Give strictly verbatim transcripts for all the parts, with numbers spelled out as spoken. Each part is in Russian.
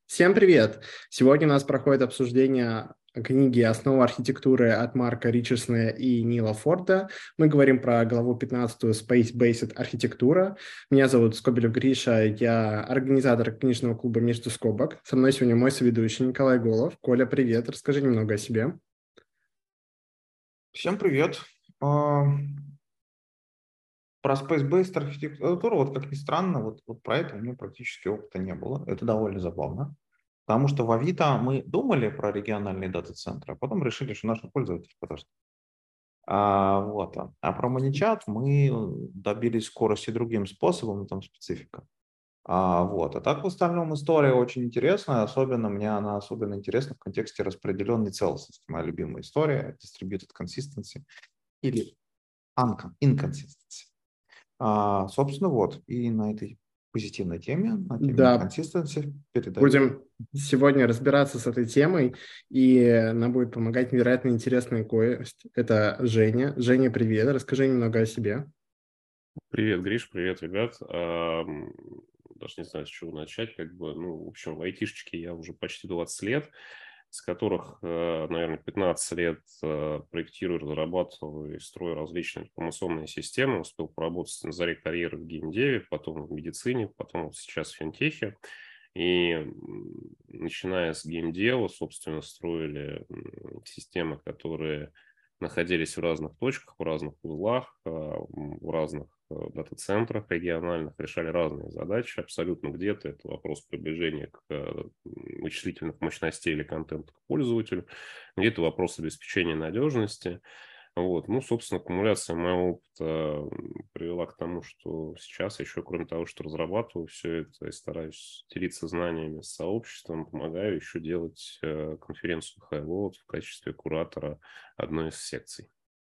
Всем привет! Сегодня у нас проходит обсуждение книги «Основа архитектуры» от Марка Ричардсона и Нила Форда. Мы говорим про главу пятнадцатую «Space-Based архитектура». Меня зовут Скобелев Гриша, я организатор книжного клуба «Между скобок». Со мной сегодня мой соведущий Николай Голов. Коля, привет! Расскажи немного о себе. Всем привет. А, Про Space-Based архитектуру, вот как ни странно, вот, вот про это у меня практически опыта не было. Это довольно забавно. Потому что в Авито мы думали про региональные дата-центры, а потом решили, что наши пользователи подождут. А, вот. а а про ManyChat мы добились скорости другим способом, там специфика. А, вот. А так в остальном история очень интересная, особенно мне она особенно интересна в контексте распределенной целостности. Моя любимая история — distributed consistency или unco- inconsistency. А, собственно, вот. И на этой позитивной теме, на теме Да, inconsistency, передаю. будем сегодня разбираться с этой темой, и нам будет помогать невероятно интересный гость. Это Женя. Женя, привет! Расскажи немного о себе. Привет, Гриш, привет, ребят. Ам, Даже не знаю, с чего начать. Как бы, ну, в общем, в айтишечке я уже почти двадцать лет, с которых, э, наверное, пятнадцать лет э, проектирую, разрабатываю и строю различные информационные системы. Успел поработать на заре карьеры в геймдеве, потом в медицине, потом вот сейчас в финтехе. И м, начиная с геймдева, собственно, строили м, системы, которые находились в разных точках, в разных узлах, а, м, в разных э, дата-центрах региональных, решали разные задачи. Абсолютно где-то это вопрос приближения к э, м, вычислительных мощностей или контента к пользователю, где-то вопрос обеспечения надежности. Вот. Ну, собственно, аккумуляция моего опыта м, привела к тому, что сейчас еще, кроме того, что разрабатываю все это и стараюсь делиться знаниями с сообществом, помогаю еще делать э, конференцию Highload в качестве куратора одной из секций.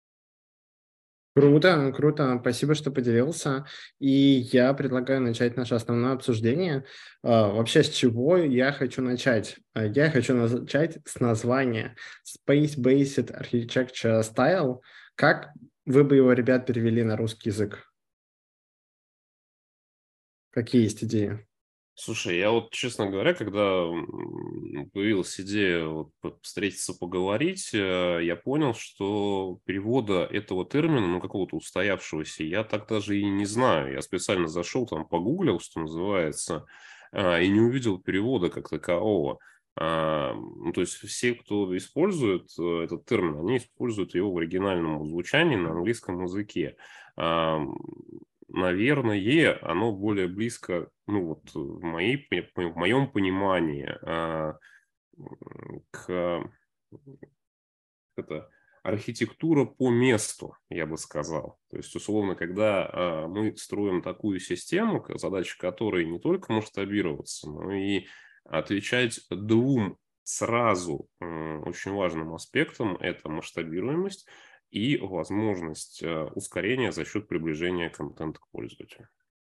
Круто, круто. Спасибо, что поделился. И я предлагаю начать наше основное обсуждение. А, Вообще, с чего я хочу начать? А, Я хочу начать с названия Space-Based Architecture Style. Как вы бы его, ребят, перевели на русский язык? Какие есть идеи? Слушай, я вот, честно говоря, когда м, появилась идея вот по- встретиться, поговорить, э, я понял, что перевода этого термина, ну, какого-то устоявшегося, я так даже и не знаю. Я специально зашел, там, погуглил, что называется, а, и не увидел перевода как такового. А, ну, то есть все, кто использует э, этот термин, они используют его в оригинальном звучании на английском языке. А, Наверное, оно более близко, ну вот в, моей, пони- в моем понимании, а, м, к это, архитектура по месту, я бы сказал. То есть, условно, когда а, мы строим такую систему, к- задача которой не только масштабироваться, но и отвечать двум сразу м, очень важным аспектам — это масштабируемость и возможность а, ускорения за счет приближения контента к пользователю.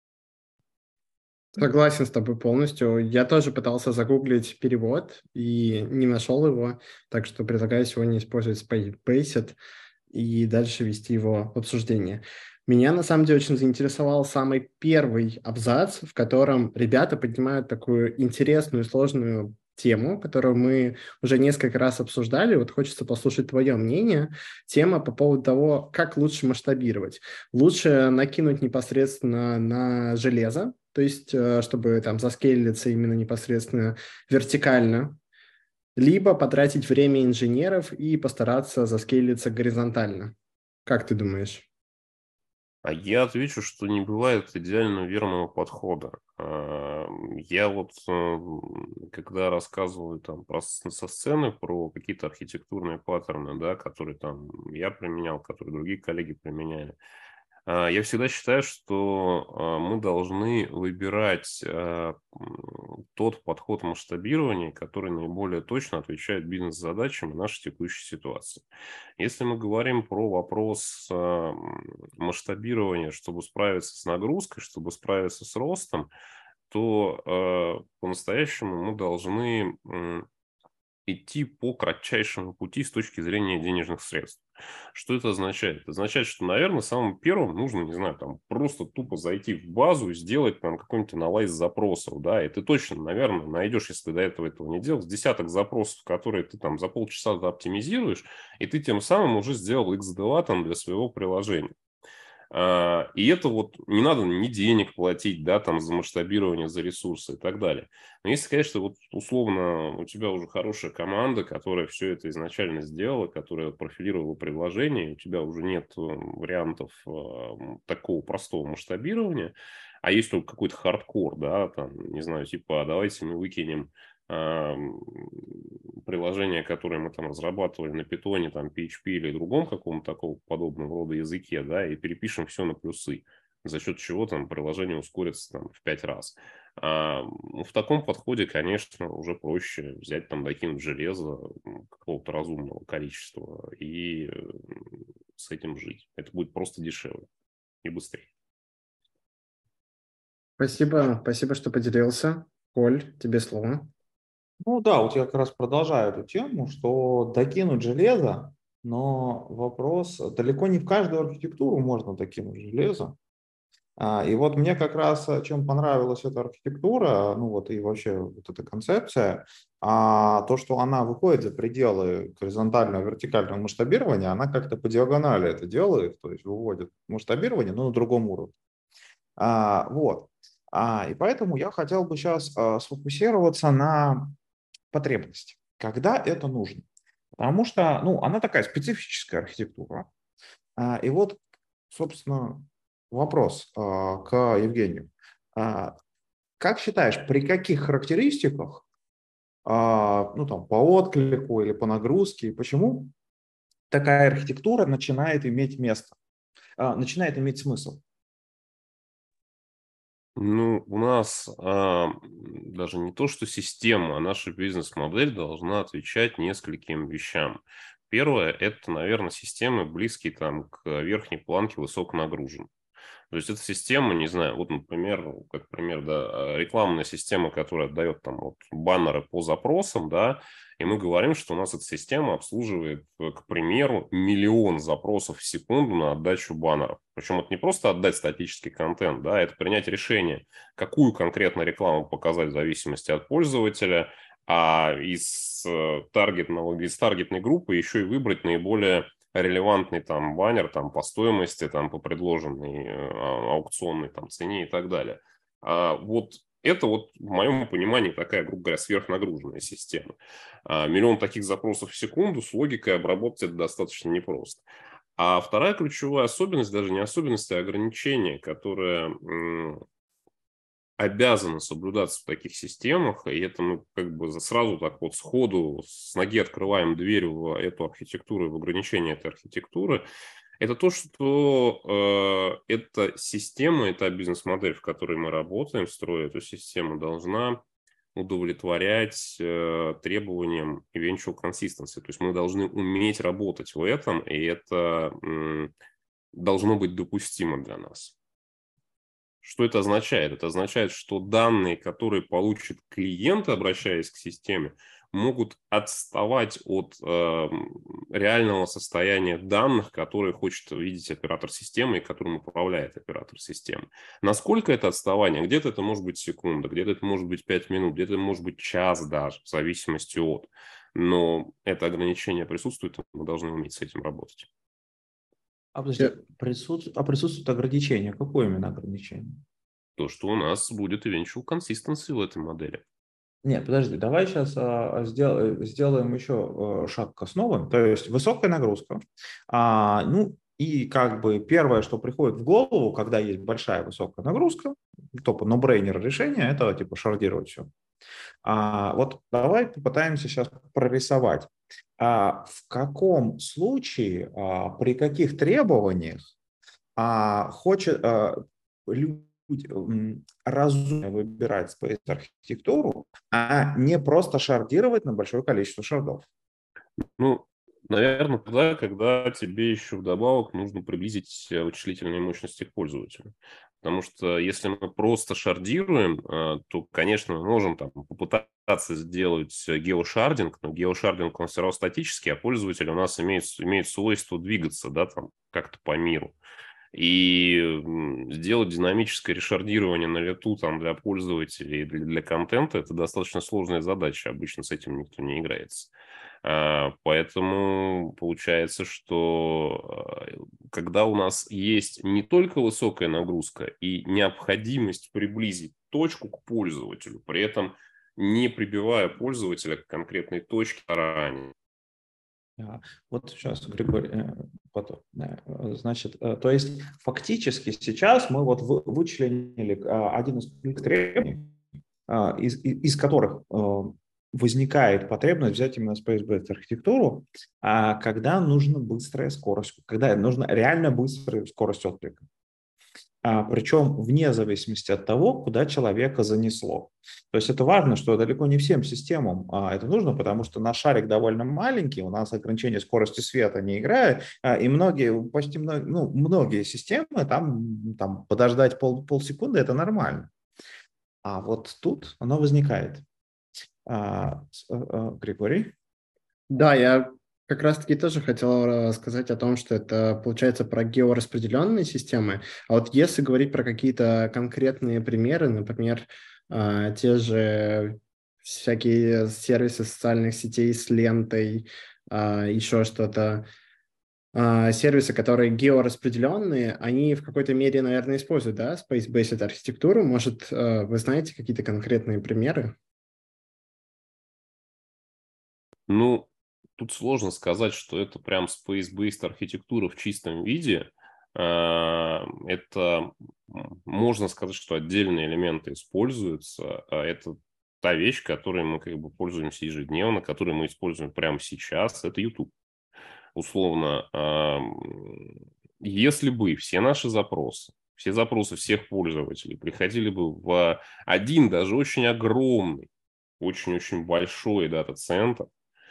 Согласен с тобой полностью. Я тоже пытался загуглить перевод и не нашел его, так что предлагаю сегодня использовать Space-Based и дальше вести его в обсуждение. Меня на самом деле очень заинтересовал самый первый абзац, в котором ребята поднимают такую интересную, сложную тему, которую мы уже несколько раз обсуждали. Вот хочется послушать твое мнение. Тема по поводу того, как лучше масштабировать. Лучше накинуть непосредственно на железо, то есть э, чтобы там заскейлиться именно непосредственно вертикально, либо потратить время инженеров и постараться заскейлиться горизонтально. Как ты думаешь? А я отвечу, что не бывает идеально верного подхода. А, Я вот, э, когда рассказываю там про, с- со сцены про какие-то архитектурные паттерны, да, которые там я применял, которые другие коллеги применяли, а, я всегда считаю, что а, мы должны выбирать а, м, тот подход масштабирования, который наиболее точно отвечает бизнес-задачам и нашей текущей ситуации. Если мы говорим про вопрос а, м, масштабирования, чтобы справиться с нагрузкой, чтобы справиться с ростом, то а, по-настоящему мы должны идти по кратчайшему пути с точки зрения денежных средств. Что это означает? Это означает, что, наверное, самым первым нужно, не знаю, там просто тупо зайти в базу и сделать там какой-нибудь анализ запросов, да, и ты точно, наверное, найдешь, если ты до этого этого не делал, с десяток запросов, которые ты там за полчаса оптимизируешь, и ты тем самым уже сделал икс два там для своего приложения. А, И это вот не надо ни денег платить, да, там за масштабирование, за ресурсы и так далее. Но если, конечно, вот условно у тебя уже хорошая команда, которая все это изначально сделала, которая профилировала предложение, у тебя уже нет э, вариантов э, м, такого простого масштабирования, а есть только какой-то хардкор, да, там, не знаю, типа, а давайте мы выкинем ам, приложения, которые мы там разрабатывали на питоне, там, пи эйч пи или другом каком-то такого подобного рода языке, да, и перепишем все на плюсы, за счет чего там приложение ускорится там в пять раз. А, ну, в таком подходе, конечно, уже проще взять там, докинуть железо м, какого-то разумного количества и э, с этим жить. Это будет просто дешевле и быстрее. Спасибо, спасибо, что поделился. Коль, тебе слово. Ну да, вот я как раз продолжаю эту тему, что докинуть железо, но вопрос, далеко не в каждую архитектуру можно докинуть железо. А, И вот мне как раз а, чем понравилась эта архитектура, ну вот и вообще вот эта концепция, а, то, что она выходит за пределы горизонтального, вертикального масштабирования, она как-то по диагонали это делает, то есть выводит масштабирование, но на другом уровне. А, вот. А, и поэтому я хотел бы сейчас а, сфокусироваться на потребности, когда это нужно. Потому что, ну, она такая специфическая архитектура. А, И вот, собственно, вопрос а, к Евгению. А, Как считаешь, при каких характеристиках, а, ну, там, по отклику или по нагрузке, почему такая архитектура начинает иметь место, а, начинает иметь смысл? Ну, у нас а, даже не то, что система, а наша бизнес-модель должна отвечать нескольким вещам. Первое – это, наверное, системы, близкие там, к верхней планке высоконагруженных. То есть, эта система, не знаю, вот, например, как пример, да, рекламная система, которая отдает там вот баннеры по запросам, да, и мы говорим, что у нас эта система обслуживает, к примеру, миллион запросов в секунду на отдачу баннеров. Причем это не просто отдать статический контент, да, это принять решение, какую конкретно рекламу показать в зависимости от пользователя, а из, э, таргетного, из таргетной группы еще и выбрать наиболее релевантный там баннер там по стоимости, там по предложенной э, а- аукционной там цене и так далее. А вот это вот в моем понимании такая, грубо говоря, сверхнагруженная система. А миллион таких запросов в секунду с логикой обработать это достаточно непросто. А вторая ключевая особенность, даже не особенность, а ограничение, которое м, обязаны соблюдаться в таких системах, и это мы как бы сразу так вот сходу с ноги открываем дверь в эту архитектуру, в ограничение этой архитектуры, это то, что э, эта система, эта бизнес-модель, в которой мы работаем, строя эту систему, должна удовлетворять э, требованиям eventual consistency. То есть мы должны уметь работать в этом, и это м, должно быть допустимо для нас. Что это означает? Это означает, что данные, которые получит клиент, обращаясь к системе, могут отставать от э, реального состояния данных, которые хочет видеть оператор системы и которым управляет оператор системы. Насколько это отставание? Где-то это может быть секунда, где-то это может быть пять минут, где-то это может быть час даже, в зависимости от. Но это ограничение присутствует, и мы должны уметь с этим работать. А подожди, присутствует, а присутствует ограничение. Какое именно ограничение? То, что у нас будет eventual consistency в этой модели. Нет, подожди, давай сейчас а, сдел- сделаем еще а, шаг к основам. То есть высокая нагрузка. А, ну и как бы первое, что приходит в голову, когда есть большая высокая нагрузка, топа no-brainer решение, это типа шардировать все. А, вот давай попытаемся сейчас прорисовать. А, в каком случае, а, при каких требованиях а, хочет, а, люди м, разумно выбирать спейс-архитектуру, а не просто шардировать на большое количество шардов. Ну, наверное, тогда, когда тебе еще вдобавок нужно приблизить э, вычислительные мощности к пользователю. Потому что если мы просто шардируем, то, конечно, мы можем там попытаться сделать геошардинг, но геошардинг, он все равно статический, а пользователь у нас имеет, имеет свойство двигаться, да, там как-то по миру. И сделать динамическое решардирование на лету там, для пользователей, для, для контента – это достаточно сложная задача. Обычно с этим никто не играется. Поэтому получается, что когда у нас есть не только высокая нагрузка и необходимость приблизить точку к пользователю, при этом не прибивая пользователя к конкретной точке ранее. Вот сейчас, Григорий, потом, значит, то есть фактически сейчас мы вот вычленили один из требований, из, из которых возникает потребность взять именно Space-Based архитектуру, когда нужна быстрая скорость, когда нужна реально быстрая скорость отклика. Причем вне зависимости от того, куда человека занесло. То есть это важно, что далеко не всем системам это нужно, потому что наш шарик довольно маленький, у нас ограничение скорости света не играет, и многие, почти многие, ну, многие системы, там, там подождать пол, полсекунды – это нормально. А вот тут оно возникает. А, а, Григорий? Да, я как раз-таки тоже хотел сказать о том, что это получается про геораспределенные системы. А вот если говорить про какие-то конкретные примеры, например, те же всякие сервисы социальных сетей с лентой, еще что-то, сервисы, которые геораспределенные, они в какой-то мере, наверное, используют, да, Space-Based архитектуру. Может, вы знаете какие-то конкретные примеры? Ну, тут сложно сказать, что это прям Space-Based архитектура в чистом виде. Это, можно сказать, что отдельные элементы используются. Это та вещь, которой мы как бы пользуемся ежедневно, которую мы используем прямо сейчас. Это YouTube. Условно, если бы все наши запросы, все запросы всех пользователей приходили бы в один, даже очень огромный, очень-очень большой дата-центр,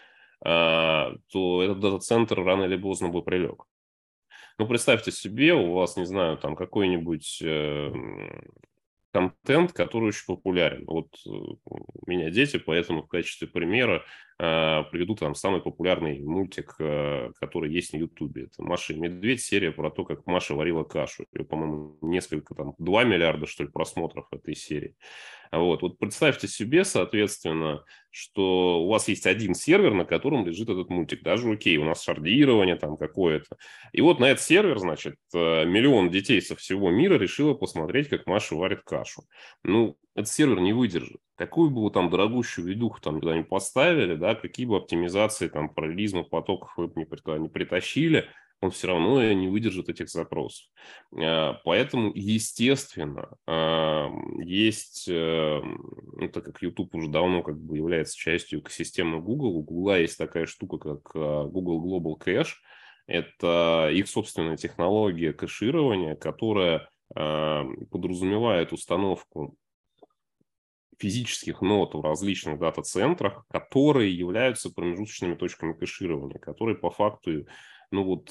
то этот дата-центр рано или поздно бы прилег. Ну, представьте себе, у вас, не знаю, там какой-нибудь э, контент, который очень популярен. Вот у меня дети, поэтому в качестве примера э, приведу там самый популярный мультик, э, который есть на Ютубе. Это «Маша и Медведь», серия про то, как Маша варила кашу. И, по-моему, несколько, там, два миллиарда, что ли, просмотров этой серии. Вот. вот представьте себе, соответственно, что у вас есть один сервер, на котором лежит этот мультик. Даже окей, у нас шардирование там какое-то. И вот на этот сервер, значит, миллион детей со всего мира решило посмотреть, как Маша варит кашу. Ну, этот сервер не выдержит. Какую бы вы там дорогущую видуху там куда-нибудь поставили, да, какие бы оптимизации там параллелизма потоков вы бы не притащили, он все равно не выдержит этих запросов. Поэтому, естественно, есть, ну, так как YouTube уже давно как бы является частью экосистемы Google, у Google есть такая штука, как Google Global Cache. Это их собственная технология кэширования, которая подразумевает установку физических нод в различных дата-центрах, которые являются промежуточными точками кэширования, которые по факту, ну вот,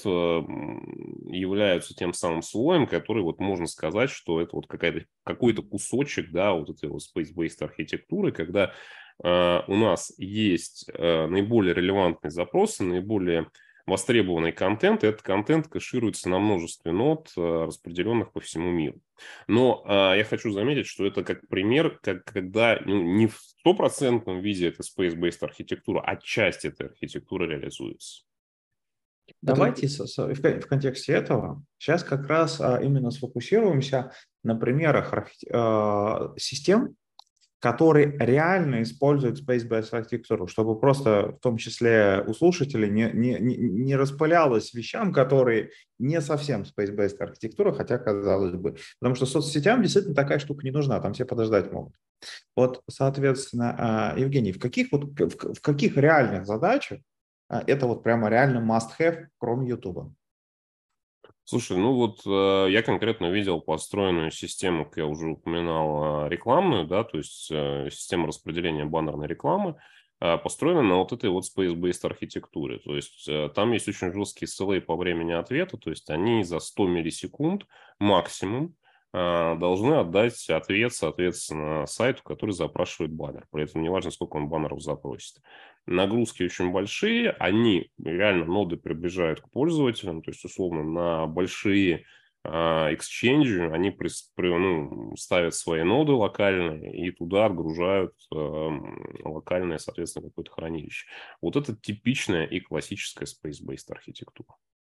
являются тем самым слоем, который вот можно сказать, что это вот какая-то, какой-то кусочек, да, вот этой вот Space-Based архитектуры, когда э, у нас есть э, наиболее релевантные запросы, наиболее востребованный контент, и этот контент кэшируется на множестве нод, распределенных по всему миру. Но а, я хочу заметить, что это как пример, как, когда ну, не в стопроцентном виде это Space-Based архитектура, а часть этой архитектуры реализуется. Давайте в контексте этого сейчас как раз именно сфокусируемся на примерах систем, которые реально используют Space-Based архитектуру, чтобы просто в том числе у слушателей не, не, не распылялось вещам, которые не совсем Space-Based архитектура, хотя казалось бы. Потому что соцсетям действительно такая штука не нужна, там все подождать могут. Вот, соответственно, Евгений, в каких, вот, в, в каких реальных задачах это вот прямо реально must-have, кроме YouTube? Слушай, ну вот э, я конкретно видел построенную систему, как я уже упоминал, рекламную, да, то есть э, система распределения баннерной рекламы, э, построена на вот этой вот Space-Based архитектуре. То есть э, там есть очень жесткие эс эл эй по времени ответа, то есть они за сто миллисекунд максимум должны отдать ответ, соответственно, сайту, который запрашивает баннер. При этом неважно, сколько он баннеров запросит. Нагрузки очень большие, они реально ноды приближают к пользователям, то есть, условно, на большие эксченджи они при, при, ну, ставят свои ноды локальные и туда отгружают э, локальное, соответственно, какое-то хранилище. Вот это типичная и классическая space-based архитектура.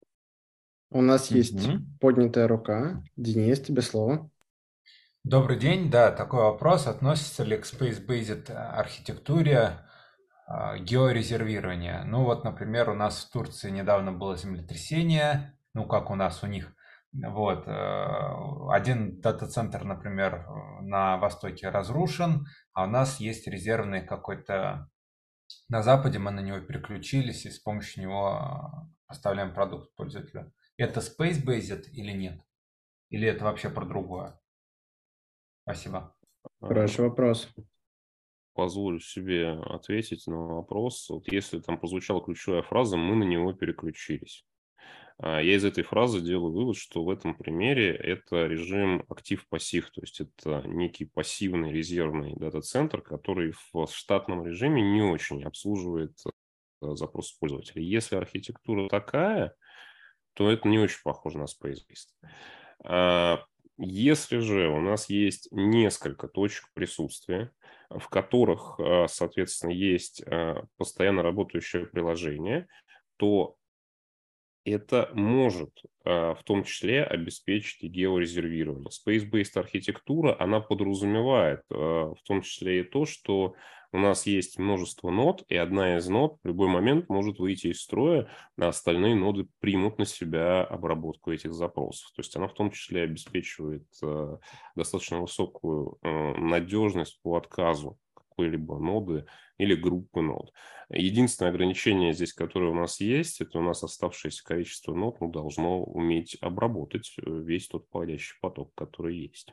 У нас Мгм. есть поднятая рука. Денис, тебе слово. Добрый день. Да, такой вопрос. Относится ли к Space-Based архитектуре а, георезервирование? Ну вот, например, у нас в Турции недавно было землетрясение, ну как у нас, у них. Вот, э, один дата-центр, например, на востоке разрушен, а у нас есть резервный какой-то на западе, мы на него переключились и с помощью него поставляем продукт пользователю. Это Space-Based или нет? Или это вообще про другое? Спасибо. Хороший вопрос. Позволю себе ответить на вопрос. Вот если там прозвучала ключевая фраза, мы на него переключились. Я из этой фразы делаю вывод, что в этом примере это режим актив-пассив, то есть это некий пассивный резервный дата-центр, который в штатном режиме не очень обслуживает запросы пользователя. Если архитектура такая, то это не очень похоже на space-based. Если же у нас есть несколько точек присутствия, в которых, соответственно, есть постоянно работающее приложение, то это может в том числе обеспечить и георезервирование. Space-based архитектура, она подразумевает в том числе и то, что у нас есть множество нод, и одна из нод в любой момент может выйти из строя, а остальные ноды примут на себя обработку этих запросов. То есть она в том числе обеспечивает достаточно высокую надежность по отказу какой-либо ноды или группы нод. Единственное ограничение здесь, которое у нас есть, это у нас оставшееся количество нод ну, должно уметь обработать весь тот входящий поток, который есть.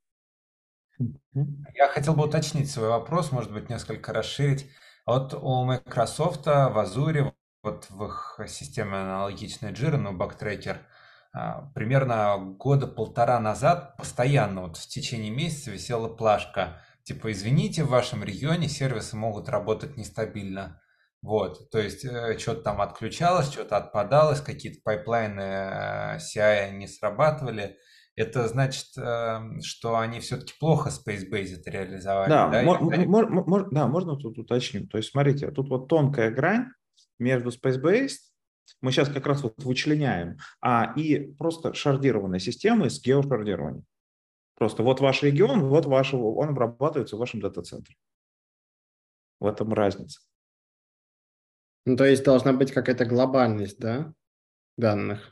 Я хотел бы уточнить свой вопрос, может быть, несколько расширить. Вот у Microsoft в Azure, вот в их системе аналогичной Jira, но Backtracker, примерно года полтора назад постоянно вот в течение месяца висела плашка, типа, извините, в вашем регионе сервисы могут работать нестабильно. Вот, то есть э, что-то там отключалось, что-то отпадалось, какие-то пайплайны э, си ай не срабатывали. Это значит, э, что они все-таки плохо Space-Based реализовали, Да, да? мо- Или- мо- мо- мо- да, можно тут уточним. То есть, смотрите, тут вот тонкая грань между space-based, мы сейчас как раз вот вычленяем, а, и просто шардированной системой с геошардированием. Просто вот ваш регион, вот ваш, он обрабатывается в вашем дата-центре. В этом разница. Ну, то есть должна быть какая-то глобальность, да, данных.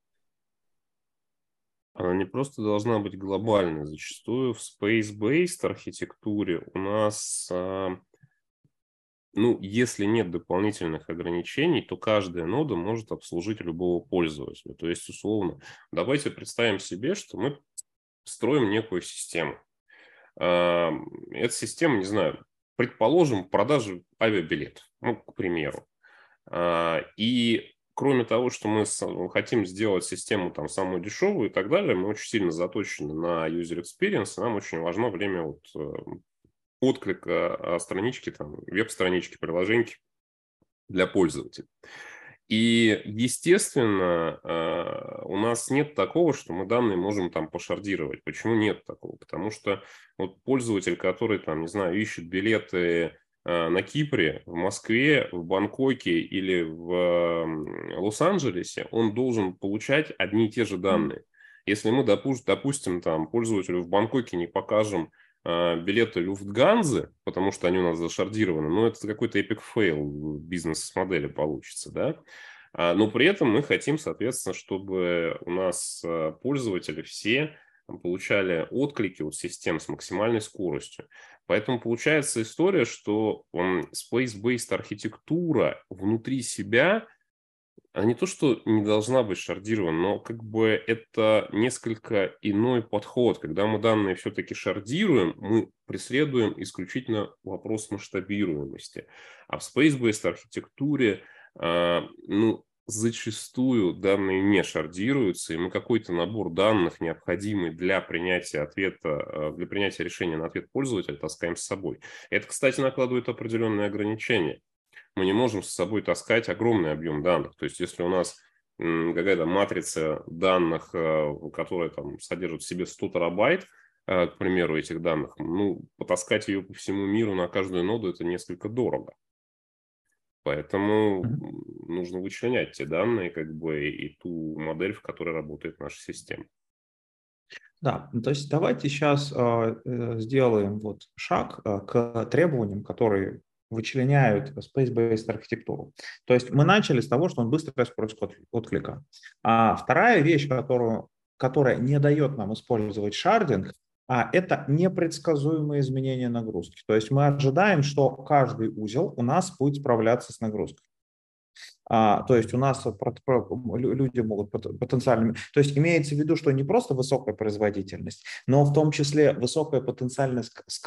Она не просто должна быть глобальной. Зачастую в space-based архитектуре у нас, ну, если нет дополнительных ограничений, то каждая нода может обслужить любого пользователя. То есть, условно, давайте представим себе, что мы строим некую систему. Эта система, не знаю, предположим, продажи авиабилетов, ну, к примеру. И кроме того, что мы хотим сделать систему там самую дешевую и так далее, мы очень сильно заточены на user experience, и нам очень важно время вот отклика странички, там, веб-странички, приложеньки для пользователей. И, естественно, у нас нет такого, что мы данные можем там пошардировать. Почему нет такого? Потому что вот пользователь, который там, не знаю, ищет билеты на Кипре, в Москве, в Бангкоке или в Лос-Анджелесе, он должен получать одни и те же данные. Если мы, допустим, там, пользователю в Бангкоке не покажем билеты Люфтганзы, потому что они у нас зашардированы, но это какой-то эпик фейл бизнес-модели получится, да? Но при этом мы хотим, соответственно, чтобы у нас пользователи все получали отклики от систем с максимальной скоростью. Поэтому получается история, что space-based архитектура внутри себя, она не то, что не должна быть шардирована, но как бы это несколько иной подход. Когда мы данные все-таки шардируем, мы преследуем исключительно вопрос масштабируемости. А в space-based архитектуре, ну, зачастую данные не шардируются, и мы какой-то набор данных, необходимый для принятия ответа, для принятия решения на ответ пользователя, таскаем с собой. Это, кстати, накладывает определенные ограничения. Мы не можем с собой таскать огромный объем данных. То есть, если у нас какая-то матрица данных, которая там содержит в себе сто терабайт, к примеру, этих данных, ну, потаскать ее по всему миру на каждую ноду – это несколько дорого. Поэтому mm-hmm. нужно вычленять те данные, как бы, и ту модель, в которой работает наша система. Да, то есть давайте сейчас э, сделаем вот шаг э, к требованиям, которые вычленяют space-based архитектуру. То есть мы начали с того, что он быстрая скорость отклика. А вторая вещь, которую, которая не дает нам использовать шардинг, а это непредсказуемые изменения нагрузки. То есть мы ожидаем, что каждый узел у нас будет справляться с нагрузкой. А, то есть у нас люди могут потенциально... То есть имеется в виду, что не просто высокая производительность, но в том числе высокая потенциальная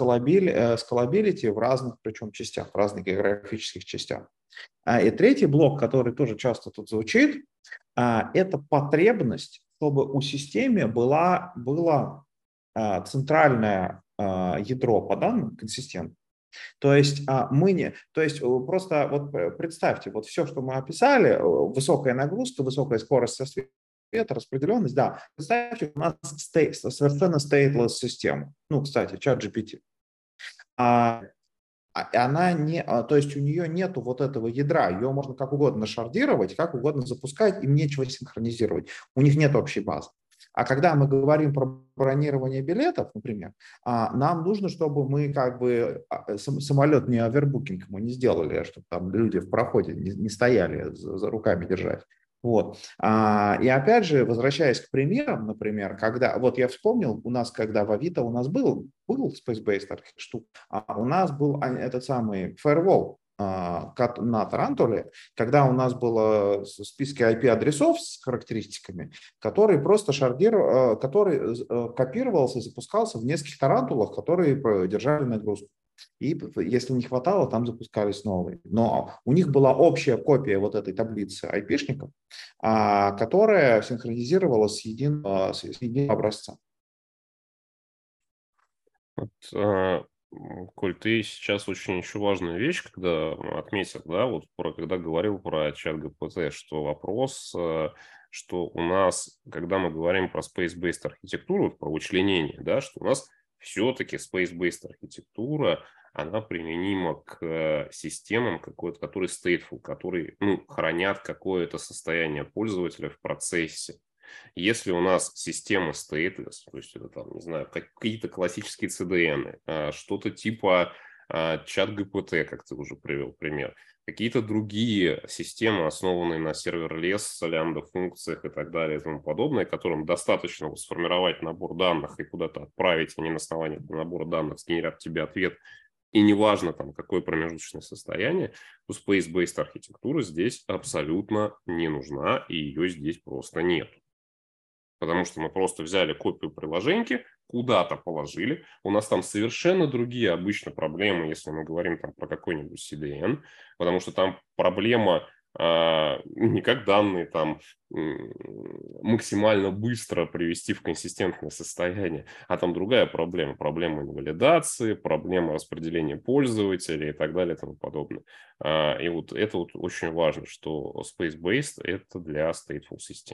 скалабилити в разных, причем частях, в разных географических частях. А, и третий блок, который тоже часто тут звучит, а, это потребность, чтобы у системы была, было а, центральное а, ядро по данным консистентное. То есть мы не, то есть просто вот представьте, вот все, что мы описали, высокая нагрузка, высокая скорость света, распределенность, да, представьте, у нас стей, совершенно stateless система. Ну, кстати, чат джи пи ти. А, она не, то есть у нее нету вот этого ядра, ее можно как угодно шардировать, как угодно запускать, им нечего синхронизировать, у них нет общей базы. А когда мы говорим про бронирование билетов, например, нам нужно, чтобы мы как бы самолет не овербукинг мы не сделали, чтобы там люди в проходе не стояли за руками держать. Вот. И опять же, возвращаясь к примерам, например, когда, вот я вспомнил, у нас, когда в Авито у нас был, был space-based архитектура, а у нас был этот самый firewall на Тарантуле, когда у нас было списки ай пи-адресов с характеристиками, который просто шардировал, который копировался и запускался в нескольких Тарантулах, которые держали нагрузку. И если не хватало, там запускались новые. Но у них была общая копия вот этой таблицы айпишников, которая синхронизировалась с единым, с единым образцом. Вот, Коль, ты сейчас очень еще важную вещь, когда отметил, да, вот про, когда говорил про чат джи пи ти, что вопрос, что у нас, когда мы говорим про space-based архитектуру, про вычленение, да, что у нас все-таки space-based архитектура, она применима к системам, которые stateful, которые, ну, хранят какое-то состояние пользователя в процессе. Если у нас система stateless, то есть это там, не знаю, какие-то классические си ди эн, что-то типа чат джи пи ти, как ты уже привел пример, какие-то другие системы, основанные на серверлесс, лямбда-функциях и так далее и тому подобное, которым достаточно сформировать набор данных и куда-то отправить, они на основании набора данных сгенерят тебе ответ, и неважно, там, какое промежуточное состояние, то space-based архитектура здесь абсолютно не нужна, и ее здесь просто нет. Потому что мы просто взяли копию приложеньки, куда-то положили. У нас там совершенно другие обычно проблемы, если мы говорим там про какой-нибудь си ди эн, потому что там проблема а, не как данные там максимально быстро привести в консистентное состояние, а там другая проблема. Проблема инвалидации, проблема распределения пользователей и так далее и тому подобное. А, и вот это вот очень важно, что space-based – это для stateful систем.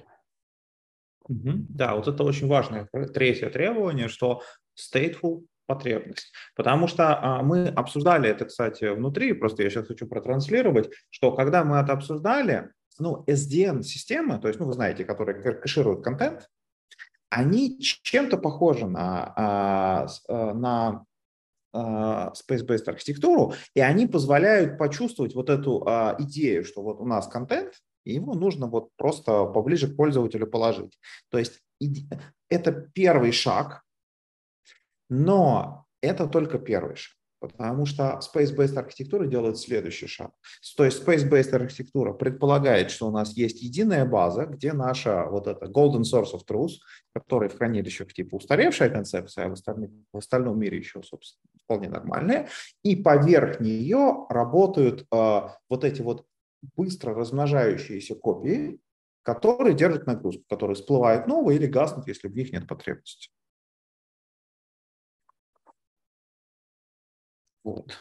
Да, вот это очень важное третье требование, что stateful потребность. Потому что а, мы обсуждали это, кстати, внутри, просто я сейчас хочу протранслировать, что когда мы это обсуждали, ну, эс ди эн-системы, то есть, ну, вы знаете, которые кэшируют контент, они чем-то похожи на, на space-based архитектуру, и они позволяют почувствовать вот эту а, идею, что вот у нас контент, и его нужно вот просто поближе к пользователю положить. То есть это первый шаг, но это только первый шаг, потому что space-based архитектура делает следующий шаг. То есть space-based архитектура предполагает, что у нас есть единая база, где наша вот эта golden source of truth, которая в хранилищах типа устаревшая концепция, а в остальном, в остальном мире еще, собственно, вполне нормальная, и поверх нее работают э, вот эти вот быстро размножающиеся копии, которые держат нагрузку, которые всплывают новые или гаснут, если в них нет потребности. Вот.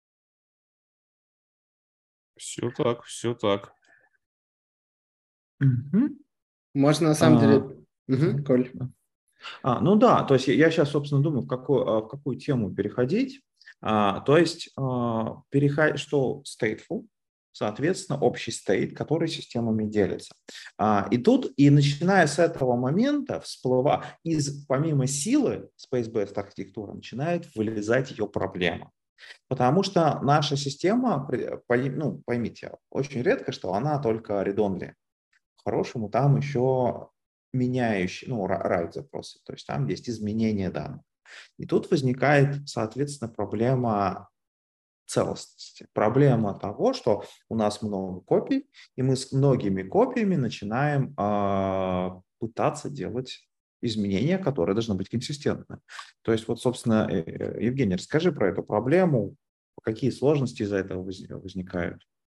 Все так, все так. Угу. Можно на самом А, деле... Угу, Коль. А, ну да, то есть я сейчас, собственно, думаю, в какую, а, в какую тему переходить. А, то есть, а, переход, что stateful, соответственно, общий стейт, который системами делится. А, и тут, и начиная с этого момента, всплыва, из, помимо силы space-based архитектуры, начинает вылезать ее проблема. Потому что наша система, при- пой- ну, поймите, очень редко, что она только read-only. По-хорошему там еще меняющие, ну, write запросы, то есть там есть изменение данных. И тут возникает, соответственно, проблема целостности. Проблема того, что у нас много копий, и мы с многими копиями начинаем э, пытаться делать изменения, которые должны быть консистентны. То есть вот, собственно, Евгений, расскажи про эту проблему, какие сложности из-за этого возникают.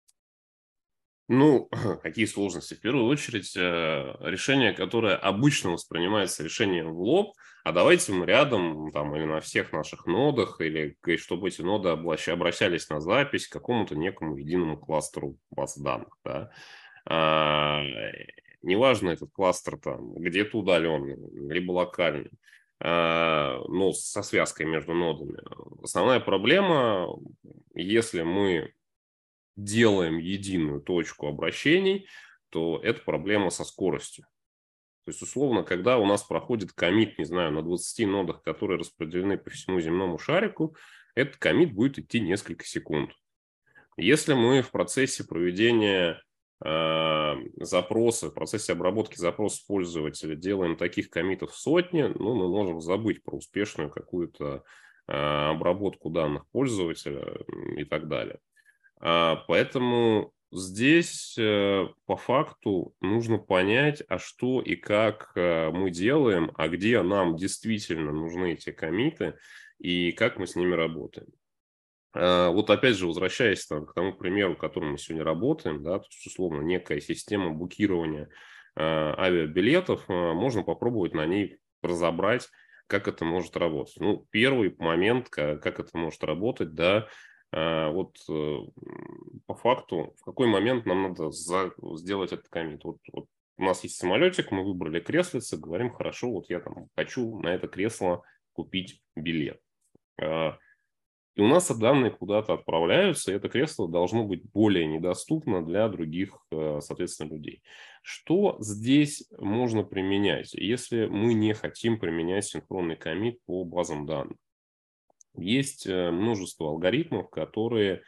Ну, какие сложности? В первую очередь, решение, которое обычно воспринимается решением в лоб, а давайте мы рядом, там, или на всех наших нодах, или чтобы эти ноды обращались на запись к какому-то некому единому кластеру баз данных, да. А, неважно, этот кластер там где-то удаленный, либо локальный, а, но со связкой между нодами. Основная проблема, если мы делаем единую точку обращений, то это проблема со скоростью. То есть, условно, когда у нас проходит коммит, не знаю, на двадцати нодах, которые распределены по всему земному шарику, этот коммит будет идти несколько секунд. Если мы в процессе проведения э, запроса, в процессе обработки запроса пользователя делаем таких коммитов сотни, ну, мы можем забыть про успешную какую-то э, обработку данных пользователя и так далее. Поэтому здесь по факту нужно понять, а что и как мы делаем, а где нам действительно нужны эти коммиты и как мы с ними работаем. Вот опять же, возвращаясь там, к тому примеру, которым мы сегодня работаем, да, то есть, условно, некая система букирования авиабилетов, можно попробовать на ней разобрать, как это может работать. Ну, первый момент, как, как это может работать, да, вот по факту, в какой момент нам надо за, сделать этот коммит. Вот, вот у нас есть самолетик, мы выбрали креслице, говорим, хорошо, вот я там хочу на это кресло купить билет. И у нас данные куда-то отправляются, и это кресло должно быть более недоступно для других, соответственно, людей. Что здесь можно применять, если мы не хотим применять синхронный коммит по базам данных? Есть множество алгоритмов, которые,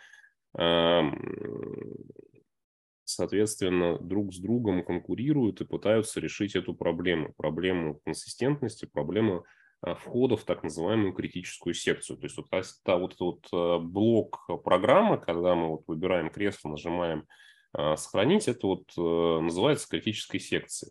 соответственно, друг с другом конкурируют и пытаются решить эту проблему. Проблему консистентности, проблему входа в так называемую критическую секцию. То есть вот, та, вот этот вот блок программы, когда мы вот выбираем кресло, нажимаем «Сохранить», это вот называется критической секцией.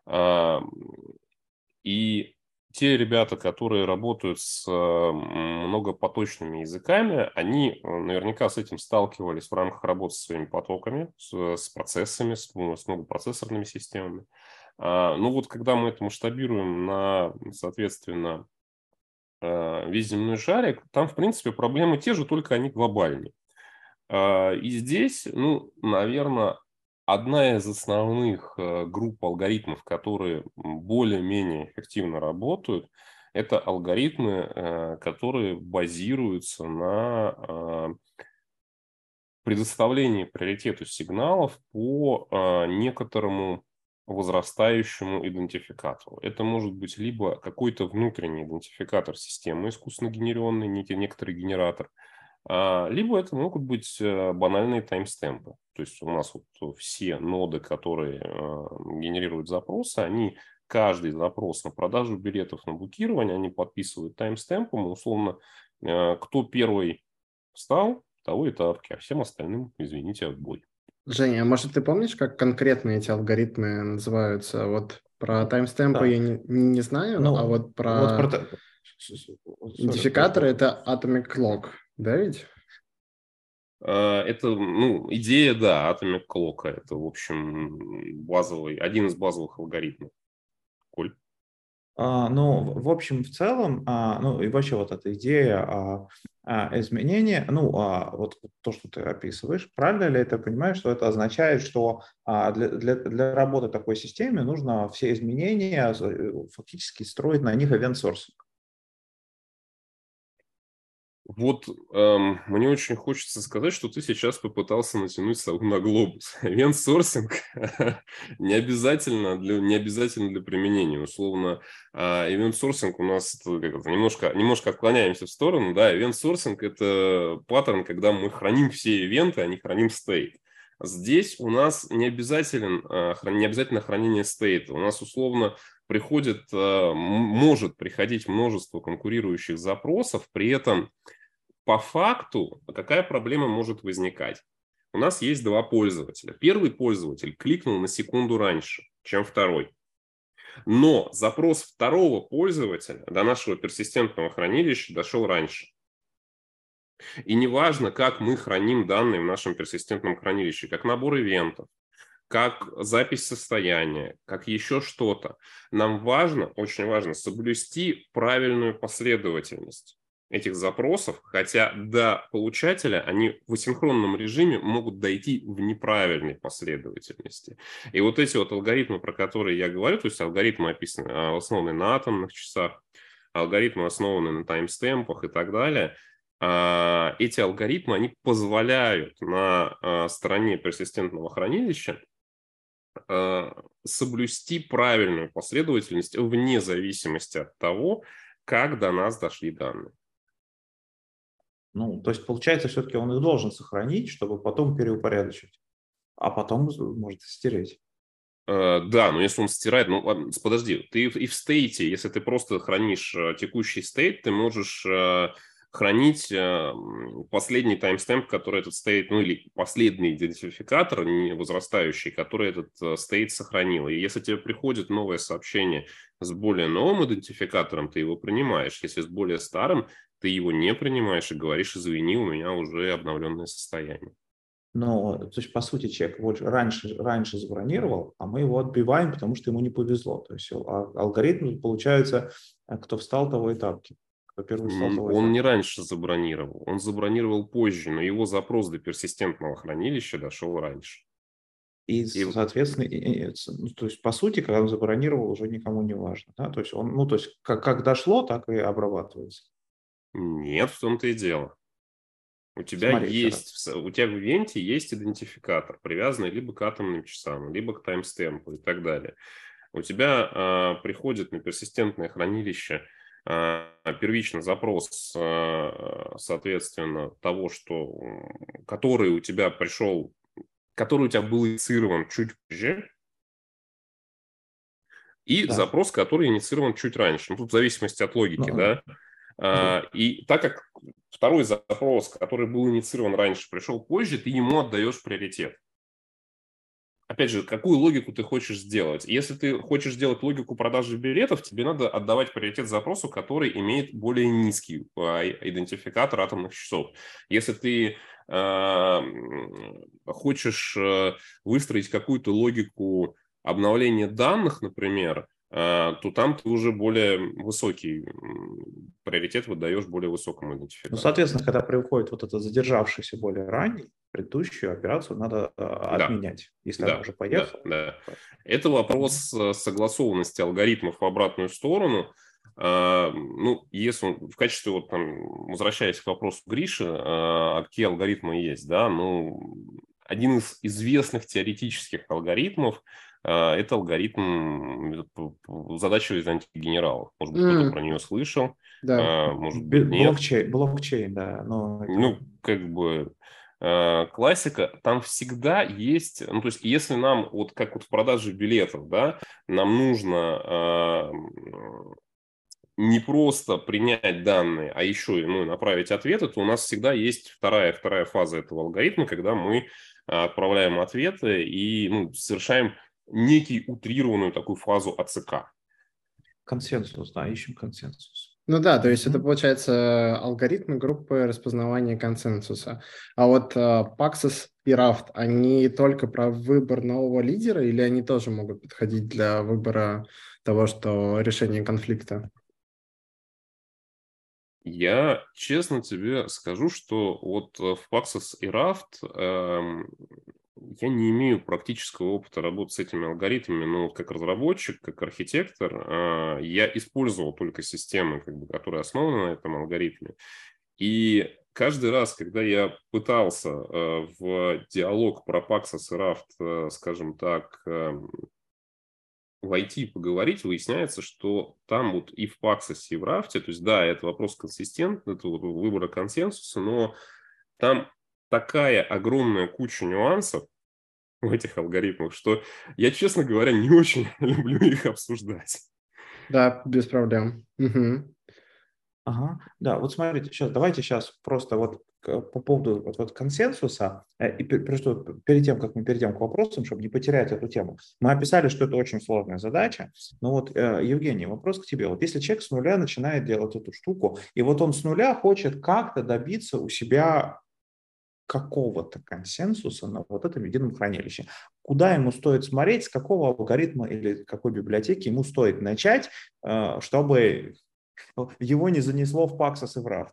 И те ребята, которые работают с многопоточными языками, они наверняка с этим сталкивались в рамках работы со своими потоками, с, с процессами, с, с многопроцессорными системами. Ну вот, когда мы это масштабируем на, соответственно, весь земной шарик, там, в принципе, проблемы те же, только они глобальнее. И здесь, ну, наверное, одна из основных групп алгоритмов, которые более-менее эффективно работают, это алгоритмы, которые базируются на предоставлении приоритету сигналов по некоторому возрастающему идентификатору. Это может быть либо какой-то внутренний идентификатор системы, искусственно генерированный, некий некоторый генератор, либо это могут быть банальные таймстемпы. То есть у нас вот все ноды, которые генерируют запросы, они каждый запрос на продажу билетов, на букирование, они подписывают таймстемпом. Условно, кто первый встал, того и тапки, а всем остальным, извините, отбой. Женя, а может ты помнишь, как конкретно эти алгоритмы называются? Вот про таймстемпы Да. я не, не знаю, Ну, а вот про, вот про... идентификаторы это Atomic Clock, да ведь? Это, ну, идея, да, Atomic Clock. Это, в общем, базовый, один из базовых алгоритмов. Коль? А, ну, в в общем, в целом, а, ну, и вообще вот эта идея а, а, изменения, ну, а, вот то, что ты описываешь, правильно ли это понимаешь, что это означает, что а, для, для, для работы такой системы нужно все изменения э, фактически строить на них event sourcing? Вот эм, мне очень хочется сказать, что ты сейчас попытался натянуть сову на глобус. Event-сорсинг не обязательно для, не обязательно для применения. Условно, а, event-сорсинг у нас это, как это, немножко, немножко отклоняемся в сторону. Да, event-сорсинг – это паттерн, когда мы храним все ивенты, а не храним стейт. Здесь у нас не, обязателен, а, хран- не обязательно хранение стейта. У нас условно приходит, а, м- может приходить множество конкурирующих запросов, при этом по факту какая проблема может возникать? У нас есть два пользователя. Первый пользователь кликнул на секунду раньше, чем второй. Но запрос второго пользователя до нашего персистентного хранилища дошел раньше. И неважно, как мы храним данные в нашем персистентном хранилище, как набор ивентов, как запись состояния, как еще что-то. Нам важно, очень важно, соблюсти правильную последовательность этих запросов, хотя до получателя они в асинхронном режиме могут дойти в неправильной последовательности. И вот эти вот алгоритмы, про которые я говорю, то есть алгоритмы описаны, основаны на атомных часах, алгоритмы основаны на таймстемпах и так далее, эти алгоритмы, они позволяют на стороне персистентного хранилища соблюсти правильную последовательность вне зависимости от того, как до нас дошли данные. Ну, то есть, получается, все-таки он их должен сохранить, чтобы потом переупорядочить, а потом может стереть. Да, но если он стирает, ну ладно, подожди, ты и в стейте, если ты просто хранишь текущий стейт, ты можешь хранить последний таймстемп, который этот стейт, ну или последний идентификатор, не возрастающий, который этот стейт сохранил. И если тебе приходит новое сообщение с более новым идентификатором, ты его принимаешь. Если с более старым, ты его не принимаешь и говоришь: извини, у меня уже обновленное состояние. Но, то есть, по сути, человек вот раньше, раньше забронировал, а мы его отбиваем, потому что ему не повезло. То есть алгоритм, получается, кто встал, того и тапки. Кто первый встал, того и Он тапки. не раньше забронировал, он забронировал позже, но его запрос до персистентного хранилища дошел раньше. И, И... соответственно, и, и, ну, то есть, по сути, когда он забронировал, уже никому не важно. Да? То есть, он, ну, то есть как, как дошло, так и обрабатывается. Нет, в том-то и дело. У тебя Смотри, есть, у тебя в ивенте есть идентификатор, привязанный либо к атомным часам, либо к таймстемпу и так далее. У тебя а, приходит на персистентное хранилище а, первично запрос, а, соответственно, того, что, который у тебя пришел, который у тебя был инициирован чуть позже, и да. запрос, который инициирован чуть раньше. Ну, тут в зависимости от логики, Ну, да. А, и так как второй запрос, который был инициирован раньше, пришел позже, ты ему отдаешь приоритет. Опять же, какую логику ты хочешь сделать? Если ты хочешь сделать логику продажи билетов, тебе надо отдавать приоритет запросу, который имеет более низкий идентификатор атомных часов. Если ты э, хочешь выстроить какую-то логику обновления данных, например, то там ты уже более высокий приоритет выдаешь более высокому идентификатору. Ну, соответственно, когда приходит вот это задержавшийся более ранний, предыдущую операцию надо э, отменять, да. Если да, она уже поехала. Да, да. Это вопрос согласованности алгоритмов в обратную сторону. Ну, если в качестве, вот там, возвращаясь к вопросу Гриши, какие алгоритмы есть, да, ну, один из известных теоретических алгоритмов – это алгоритм задачи из антигенералов. Может быть, кто-то mm. про нее слышал, да. может быть, нет. Блокчейн, блокчейн, да. Но это... Ну, как бы классика, там всегда есть, ну, то есть, если нам, вот как вот в продаже билетов, да, нам нужно не просто принять данные, а еще ну, направить ответы, то у нас всегда есть вторая, вторая фаза этого алгоритма, когда мы отправляем ответы и ну, совершаем некий утрированную такую фазу АЦК. Консенсус, да, ищем консенсус. Ну да, то есть это Мгм. получается алгоритмы группы распознавания консенсуса. А вот э, Paxos и Raft, они только про выбор нового лидера или они тоже могут подходить для выбора того, что решение конфликта? Я честно тебе скажу, что вот э, в Paxos и Raft эм, я не имею практического опыта работы с этими алгоритмами, но вот как разработчик, как архитектор, э, я использовал только системы, как бы, которые основаны на этом алгоритме. И каждый раз, когда я пытался э, в диалог про Paxos и Raft, э, скажем так, э, войти и поговорить, выясняется, что там вот и в Paxos, и в Raft, то есть да, это вопрос консистентный, это вот выбора консенсуса, но там такая огромная куча нюансов в этих алгоритмах, что я, честно говоря, не очень люблю их обсуждать. Да, без проблем. Мгм. Ага, да, вот смотрите, сейчас давайте сейчас просто вот к- по поводу вот, вот консенсуса, э, и пер- просто вот перед тем, как мы перейдем к вопросам, чтобы не потерять эту тему, мы описали, что это очень сложная задача, но вот, э, Евгений, вопрос к тебе. Вот если человек с нуля начинает делать эту штуку, и вот он с нуля хочет как-то добиться у себя какого-то консенсуса на вот этом едином хранилище. Куда ему стоит смотреть, с какого алгоритма или какой библиотеки ему стоит начать, э, чтобы его не занесло в Paxos и в Raft?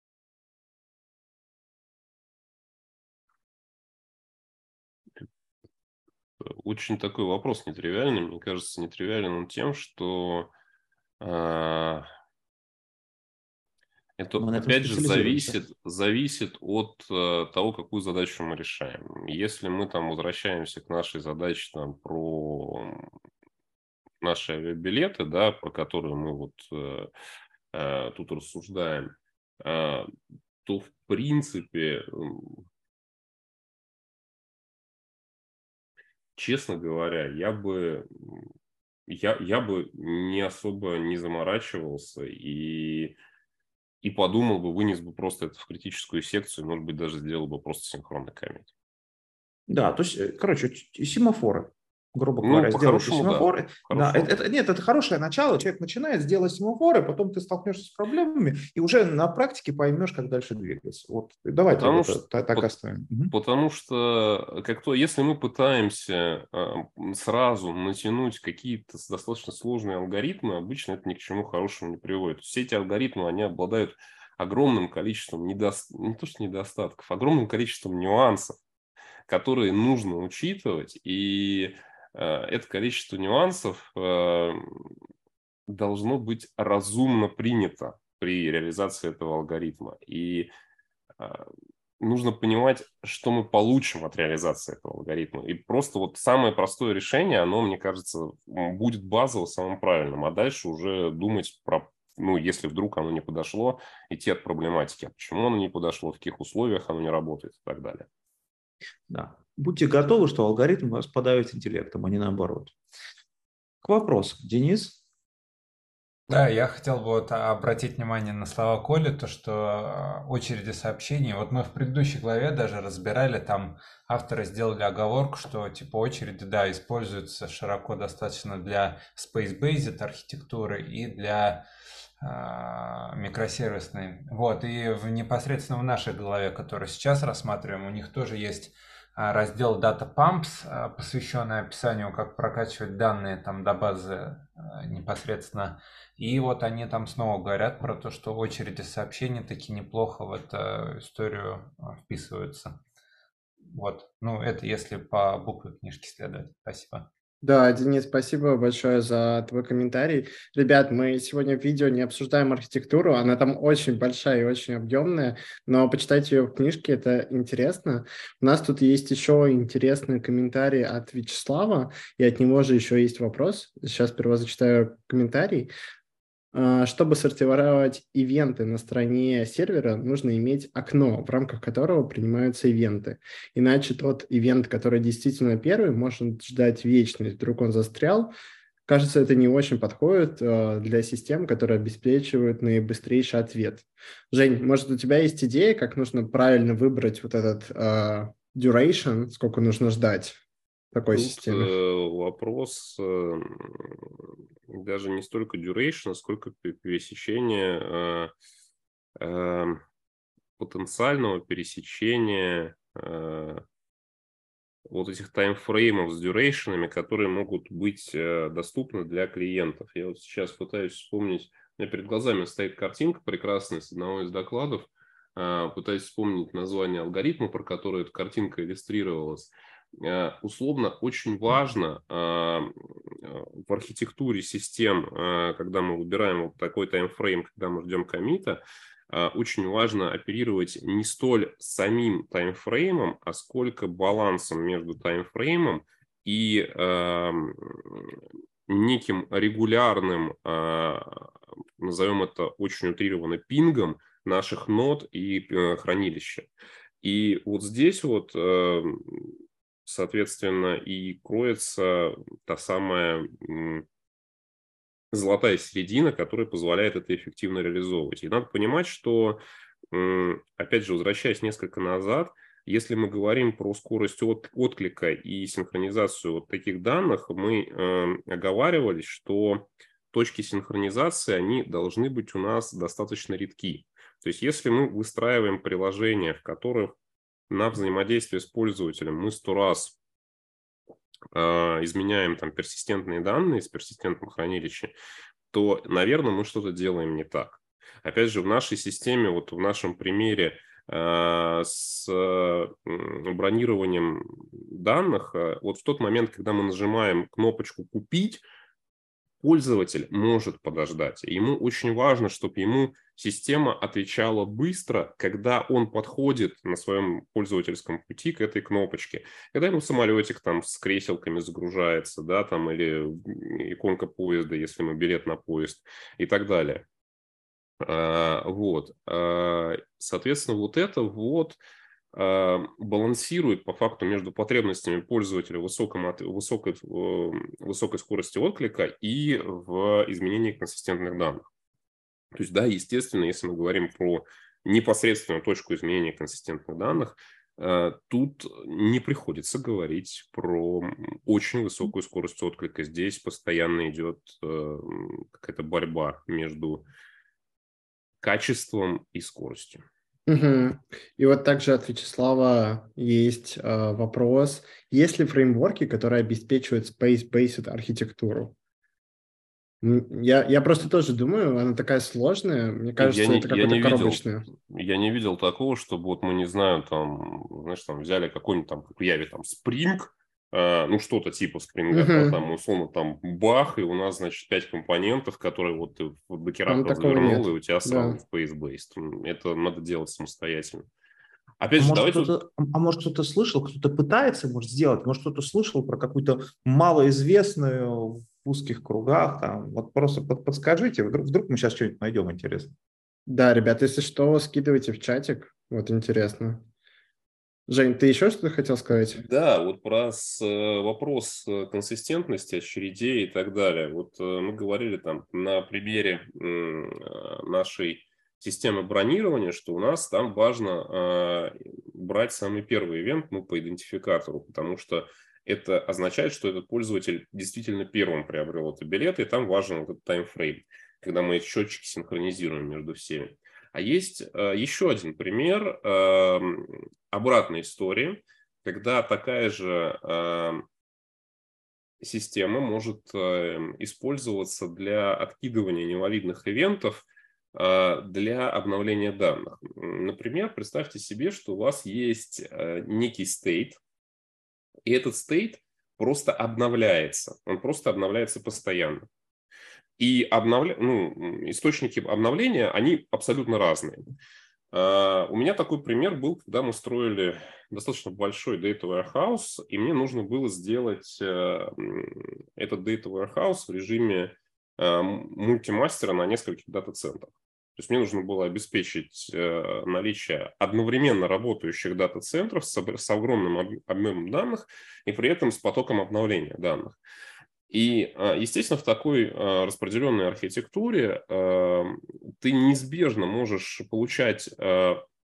Очень такой вопрос нетривиальный. Мне кажется, нетривиален он тем, что а, это, Мы на этом опять же, специализируемся. зависит, зависит от э, того, какую задачу мы решаем. Если мы там возвращаемся к нашей задаче там, про наши авиабилеты, да, про которые мы вот э, э, тут рассуждаем, э, то, в принципе, м, честно говоря, я бы, м, я, я бы не особо не заморачивался и, и подумал бы, вынес бы просто это в критическую секцию, может быть, даже сделал бы просто синхронный коммит. Да, то есть, э, короче, ч- семафоры, грубо Ну, говоря, сделайте по-хорошему, да. семафоры. Да, По-хорошему, это, да. это- нет, это хорошее начало. Человек начинает, сделать семафоры, потом ты столкнешься с проблемами, и уже на практике поймешь, как дальше двигаться. Вот давайте Потому вот что, это та- так по- оставим. Мгм. потому что как то, если мы пытаемся а, м, сразу натянуть какие-то с- достаточно сложные алгоритмы, обычно это ни к чему хорошему не приводит. Все эти алгоритмы, они обладают огромным количеством недос... не то что недостатков, огромным количеством нюансов, которые нужно учитывать, и э, это количество нюансов э, должно быть разумно принято при реализации этого алгоритма. И а, нужно понимать, что мы получим от реализации этого алгоритма. И просто вот самое простое решение, оно, мне кажется, м, будет базово самым правильным. А дальше уже думать про, ну, если вдруг оно не подошло, идти от проблематики. А почему оно не подошло, в каких условиях оно не работает и так далее. Да. Будьте готовы, что алгоритм вас подавит интеллектом, а не наоборот. К вопросу. Денис? Да, я хотел бы вот обратить внимание на слова Коли, то, что э, очереди сообщений, вот мы в предыдущей главе даже разбирали, там авторы сделали оговорку, что типа очереди, да, используются широко достаточно для Space-Based архитектуры и для э, микросервисной. Вот, и в, непосредственно в нашей главе, которую сейчас рассматриваем, у них тоже есть а, раздел Data Pumps, а, посвященный описанию, как прокачивать данные там до базы а, непосредственно. И вот они там снова говорят про то, что очереди сообщений таки неплохо в эту историю а, вписываются. Вот. Ну, это если по букве книжки следовать. Спасибо. Да, Денис, спасибо большое за твой комментарий. Ребят, мы сегодня в видео не обсуждаем архитектуру, она там очень большая и очень объемная, но почитать ее в книжке, это интересно. У нас тут есть еще интересный комментарий от Вячеслава, и от него же еще есть вопрос. Сейчас сперва зачитаю комментарий. А, Чтобы сортировать ивенты на стороне сервера, нужно иметь окно, в рамках которого принимаются ивенты. Иначе тот ивент, который действительно первый, может ждать вечность, вдруг он застрял. Кажется, это не очень подходит э, для систем, которые обеспечивают наибыстрейший ответ. Жень, может, у тебя есть идея, как нужно правильно выбрать вот этот э, duration, сколько нужно ждать? такой Тут системе? э, вопрос э, даже не столько duration, сколько пересечения, э, э, потенциального пересечения э, вот этих таймфреймов с дюрейшенами, которые могут быть э, доступны для клиентов. Я вот сейчас пытаюсь вспомнить, у меня перед глазами стоит картинка прекрасная с одного из докладов, э, пытаюсь вспомнить название алгоритма, про который эта картинка иллюстрировалась. Э, условно, очень важно э, в архитектуре систем, э, когда мы выбираем вот такой таймфрейм, когда мы ждем коммита, очень важно оперировать не столь самим таймфреймом, а сколько балансом между таймфреймом и э, неким регулярным, э, назовем это очень утрированно, пингом наших нод и э, хранилища. И вот здесь вот, э, соответственно, и кроется та самая золотая середина, которая позволяет это эффективно реализовывать. И надо понимать, что, опять же, возвращаясь несколько назад, если мы говорим про скорость от, отклика и синхронизацию вот таких данных, мы э, оговаривались, что точки синхронизации, они должны быть у нас достаточно редки. То есть если мы выстраиваем приложения, в которых на взаимодействие с пользователем мы сто раз изменяем там персистентные данные с персистентным хранилищем, то, наверное, мы что-то делаем не так. Опять же, в нашей системе, вот в нашем примере э, с э, бронированием данных, э, вот в тот момент, когда мы нажимаем кнопочку «Купить», пользователь может подождать. Ему очень важно, чтобы ему система отвечала быстро, когда он подходит на своем пользовательском пути к этой кнопочке. Когда ему самолетик там с креселками загружается, да, там, или иконка поезда, если мы билет на поезд и так далее. А, вот. А, соответственно, вот это вот балансирует по факту между потребностями пользователя в высоком, высокой, высокой скорости отклика и в изменении консистентных данных. То есть, да, естественно, если мы говорим про непосредственную точку изменения консистентных данных, тут не приходится говорить про очень высокую скорость отклика. Здесь постоянно идет какая-то борьба между качеством и скоростью. Угу. И вот также от Вячеслава есть э, вопрос. Есть ли фреймворки, которые обеспечивают space-based архитектуру? Я, я просто тоже думаю, она такая сложная. Мне кажется, я не, это я какое-то не коробочное. Видел, я не видел такого, чтобы вот мы, не знаю, там, знаешь, там взяли какой-нибудь там, как в Яве, там, Spring, э, ну, что-то типа Spring, Угу. да, там, условно, там, бах, и у нас, значит, пять компонентов, которые вот ты в докерах Там такого развернул, нет. и у тебя сразу Да. space-based. Это надо делать самостоятельно. Опять А же, может, давайте... кто-то, а может, кто-то слышал, кто-то пытается, может, сделать, может, кто-то слышал про какую-то малоизвестную в узких кругах, там, вот просто под, подскажите, вдруг, вдруг мы сейчас что-нибудь найдем интересное. Да, ребят, если что, скидывайте в чатик, вот интересно. Жень, ты еще что-то хотел сказать? Да, вот про вопрос консистентности, очередей и так далее. Вот мы говорили там на примере нашей системы бронирования, что у нас там важно брать самый первый ивент, ну, по идентификатору, потому что это означает, что этот пользователь действительно первым приобрел этот билет, и там важен вот этот таймфрейм, когда мы эти счетчики синхронизируем между всеми. А есть э, еще один пример э, обратной истории, когда такая же э, система может э, использоваться для откидывания невалидных ивентов э, для обновления данных. Например, представьте себе, что у вас есть э, некий стейт, и этот стейт просто обновляется, он просто обновляется постоянно. И обновля... ну, источники обновления, они абсолютно разные. Uh, у меня такой пример был, когда мы строили достаточно большой data warehouse, и мне нужно было сделать uh, этот data warehouse в режиме uh, мультимастера на нескольких дата-центрах. То есть мне нужно было обеспечить uh, наличие одновременно работающих дата-центров с, с огромным объемом данных и при этом с потоком обновления данных. И, естественно, в такой распределенной архитектуре ты неизбежно можешь получать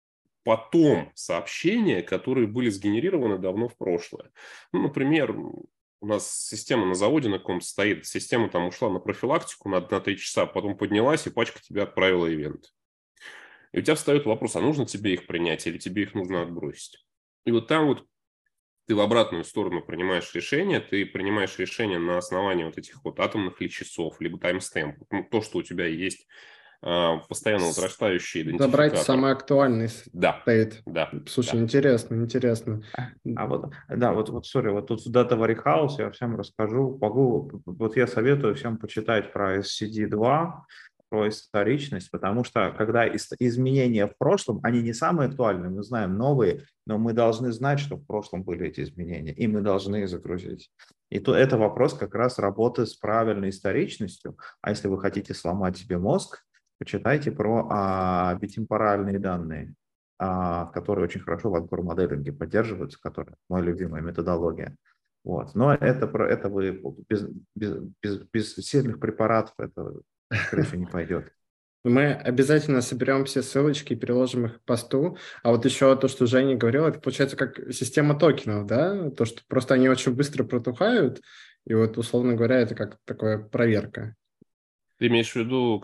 потом сообщения, которые были сгенерированы давно в прошлое. Ну, например, у нас система на заводе на каком-то стоит, система там ушла на профилактику на, на три часа, потом поднялась, и пачка тебе отправила ивент. И у тебя встает вопрос, а нужно тебе их принять или тебе их нужно отбросить? И вот там вот ты в обратную сторону принимаешь решение, ты принимаешь решение на основании вот этих вот атомных ли часов, либо таймстемпов, ну, то, что у тебя есть а, постоянно возрастающий идентификатор. Забрать самый актуальный Да, стоит. да. Слушай, да. интересно, интересно. А, а вот, да, вот, вот, сори, вот тут в Data Warehouse я всем расскажу. Могу, вот я советую всем почитать про эс си ди два, про историчность, потому что когда изменения в прошлом, они не самые актуальные, мы знаем новые, но мы должны знать, что в прошлом были эти изменения, и мы должны их загрузить. И то это вопрос как раз работы с правильной историчностью. А если вы хотите сломать себе мозг, почитайте про а, битемпоральные данные, а, которые очень хорошо в анкор-моделинге поддерживаются, которые моя любимая методология. Вот. Но это, это вы без, без, без, без сильных препаратов это, скорее всего, не пойдет. Мы обязательно соберем все ссылочки и переложим их к посту. А вот еще то, что Женя говорил, это получается как система токенов, да? То, что просто они очень быстро протухают, и вот, условно говоря, это как такая проверка. Ты имеешь в виду,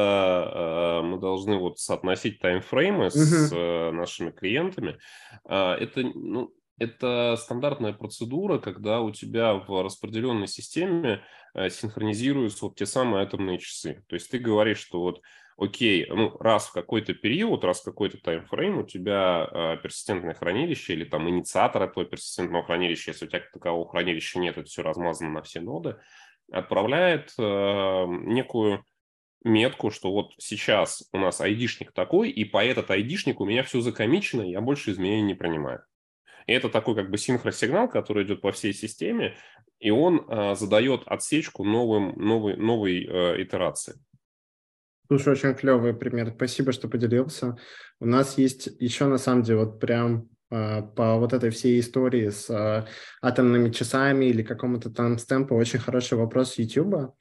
когда э, мы должны вот соотносить таймфреймы с Угу. э, нашими клиентами? Э, это, ну, это стандартная процедура, когда у тебя в распределенной системе э, синхронизируются вот те самые атомные часы. То есть ты говоришь, что вот окей, ну, раз в какой-то период, раз в какой-то таймфрейм у тебя э, персистентное хранилище или там инициатор этого персистентного хранилища, если у тебя такового хранилища нет, это все размазано на все ноды, отправляет э, некую метку, что вот сейчас у нас айдишник такой, и по этот айдишник у меня все закомичено, я больше изменений не принимаю. И это такой как бы синхросигнал, который идет по всей системе, и он э, задает отсечку новым, новой, новой э, итерации. Слушай, очень клевый пример. Спасибо, что поделился. У нас есть еще, на самом деле, вот прям по вот этой всей истории с а, атомными часами или какому-то таймстемпу очень хороший вопрос YouTube.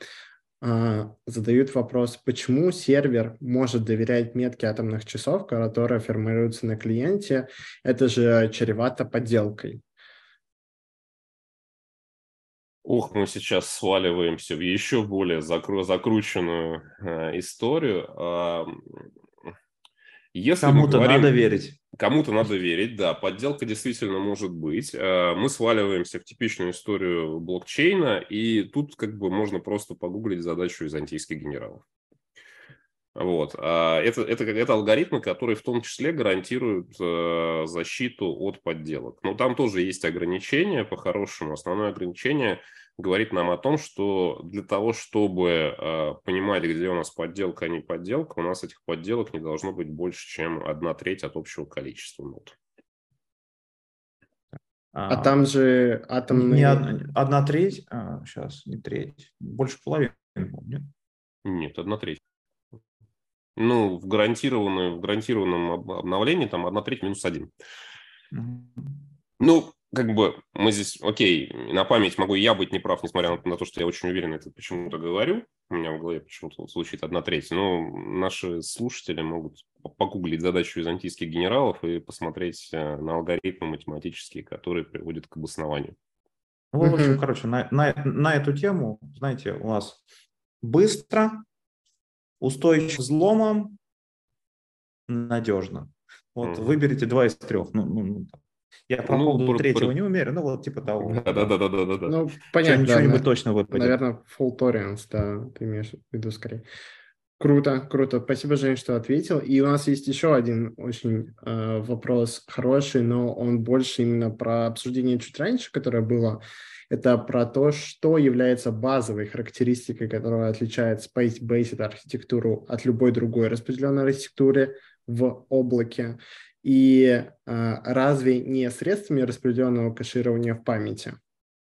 А, задают вопрос, почему сервер может доверять метке атомных часов, которые формируются на клиенте. Это же чревато подделкой. Ух, мы сейчас сваливаемся в еще более закру- закрученную э, историю. Э, если Кому-то мы говорим, надо верить. Кому-то надо верить, да, подделка действительно может быть. Э, мы сваливаемся в типичную историю блокчейна, и тут как бы можно просто погуглить задачу византийских генералов. Вот. Это, это, это алгоритмы, которые в том числе гарантируют э, защиту от подделок. Но там тоже есть ограничения, по-хорошему. Основное ограничение говорит нам о том, что для того, чтобы э, понимать, где у нас подделка, а не подделка, у нас этих подделок не должно быть больше, чем одна треть от общего количества нод. А, а там же атомные... Не одна, одна треть, а, сейчас, не треть, больше половины, нет? Нет, одна треть. Ну, в, гарантированном, в гарантированном обновлении там одна треть минус один. Mm-hmm. Ну, как бы мы здесь, окей, на память могу я быть неправ, несмотря на, на то, что я очень уверенно это почему-то говорю. У меня в голове почему-то звучит одна треть. Но наши слушатели могут погуглить задачу византийских генералов и посмотреть на алгоритмы математические, которые приводят к обоснованию. Ну, в общем, mm-hmm. короче, на, на, на эту тему, знаете, у нас быстро, устойчив к взломам, надежно. Вот mm-hmm. выберите два из трех. Ну, ну, ну, я про ну, поводу про, третьего про... не уверен, ну вот типа того. Да-да-да. Ну, понятно. Что-нибудь да, точно выпадет. Наверное, full tolerance, да, ты имеешь в виду скорее. Круто, круто. Спасибо, Жень, что ответил. И у нас есть еще один очень э, вопрос хороший, но он больше именно про обсуждение чуть раньше, которое было. Это про то, что является базовой характеристикой, которая отличает Space-Based архитектуру от любой другой распределенной архитектуры в облаке. И э, разве не средствами распределенного кэширования в памяти?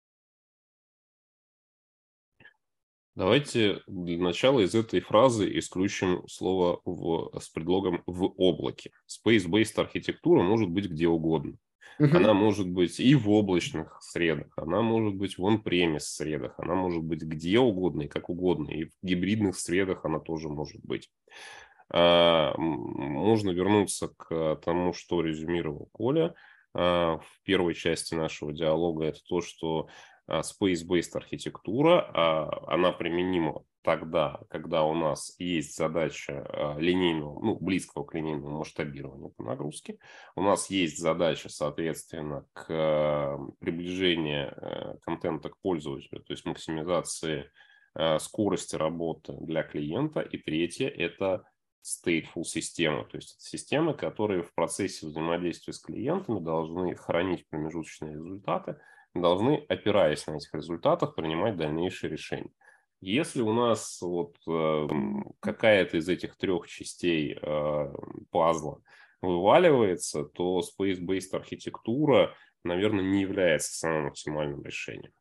Давайте для начала из этой фразы исключим слово в, с предлогом «в облаке». Space-based архитектура может быть где угодно. Uh-huh. Она может быть и в облачных средах, она может быть в on-premise средах, она может быть где угодно и как угодно. И в гибридных средах она тоже может быть. Можно вернуться к тому, что резюмировал Коля в первой части нашего диалога. Это то, что space-based архитектура, она применима тогда, когда у нас есть задача линейного, ну, близкого к линейному масштабированию по нагрузке. У нас есть задача, соответственно, к приближению контента к пользователю, то есть максимизации скорости работы для клиента. И третье – это stateful системы, то есть это системы, которые в процессе взаимодействия с клиентами должны хранить промежуточные результаты, должны, опираясь на этих результатах, принимать дальнейшие решения. Если у нас вот э, какая-то из этих трех частей э, пазла вываливается, то space-based архитектура, наверное, не является самым оптимальным решением.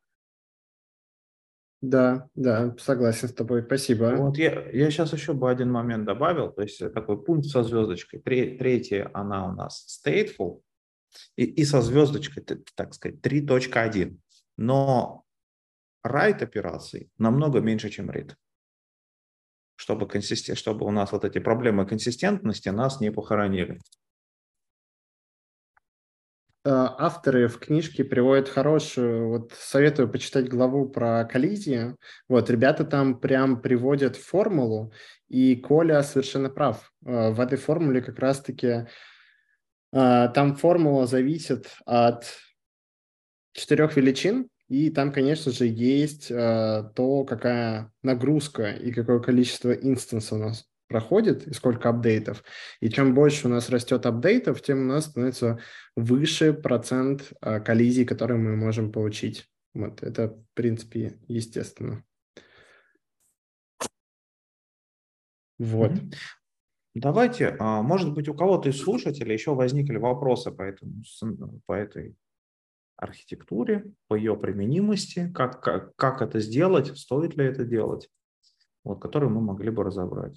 Да, да, согласен с тобой, спасибо. Вот я, я сейчас еще бы один момент добавил, то есть такой пункт со звездочкой. Тре, третья, она у нас stateful, и, и со звездочкой, так сказать, три точка один. Но write операций намного меньше, чем read. Чтобы, консистен... чтобы у нас вот эти проблемы консистентности нас не похоронили. Авторы в книжке приводят хорошую, вот советую почитать главу про коллизии. Вот, ребята там прям приводят формулу, и Коля совершенно прав. В этой формуле как раз-таки там формула зависит от четырех величин, и там, конечно же, есть то, какая нагрузка и какое количество инстансов у нас проходит и сколько апдейтов. И чем больше у нас растет апдейтов, тем у нас становится выше процент а, коллизий, которые мы можем получить. Вот это, в принципе, естественно. Вот. Mm-hmm. Давайте, может быть, у кого-то из слушателей еще возникли вопросы по, этому, по этой архитектуре, по ее применимости, как, как, как это сделать, стоит ли это делать, вот, которые мы могли бы разобрать.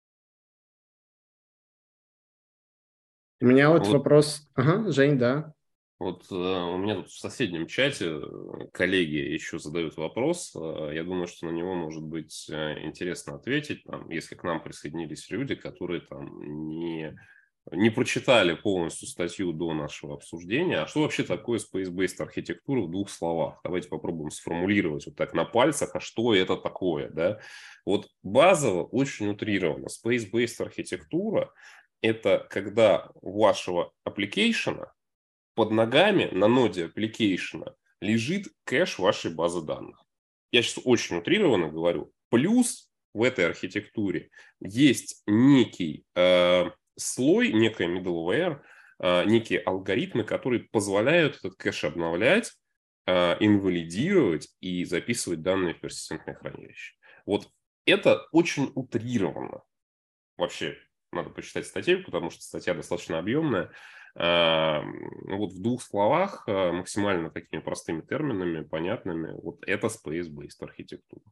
У меня вот, вот вопрос. Ага, Жень, да. Вот э, у меня тут в соседнем чате коллеги еще задают вопрос. Э, я думаю, что на него может быть э, интересно ответить, там, если к нам присоединились люди, которые там не, не прочитали полностью статью до нашего обсуждения. А что вообще такое space-based архитектура в двух словах? Давайте попробуем сформулировать вот так на пальцах, а что это такое, да? Вот базово, очень утрированно, space-based архитектура – это когда у вашего аппликейшена под ногами на ноде application лежит кэш вашей базы данных. Я сейчас очень утрированно говорю. Плюс в этой архитектуре есть некий э, слой, некая middleware, э, некие алгоритмы, которые позволяют этот кэш обновлять, э, инвалидировать и записывать данные в персистентное хранилище. Вот это очень утрированно. Вообще, надо почитать статью, потому что статья достаточно объемная. Вот в двух словах, максимально такими простыми терминами, понятными, вот это space-based архитектура.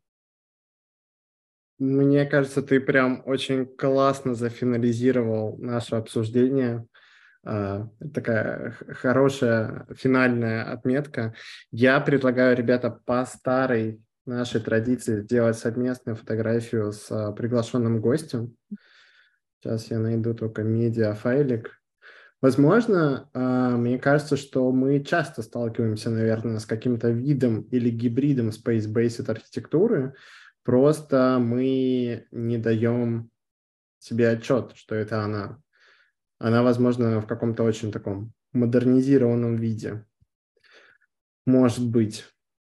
Мне кажется, ты прям очень классно зафинализировал наше обсуждение. Такая хорошая финальная отметка. Я предлагаю, ребята, по старой нашей традиции сделать совместную фотографию с приглашенным гостем. Сейчас я найду только медиафайлик. Возможно, мне кажется, что мы часто сталкиваемся, наверное, с каким-то видом или гибридом space-based архитектуры, просто мы не даем себе отчет, что это она. Она, возможно, в каком-то очень таком модернизированном виде. Может быть.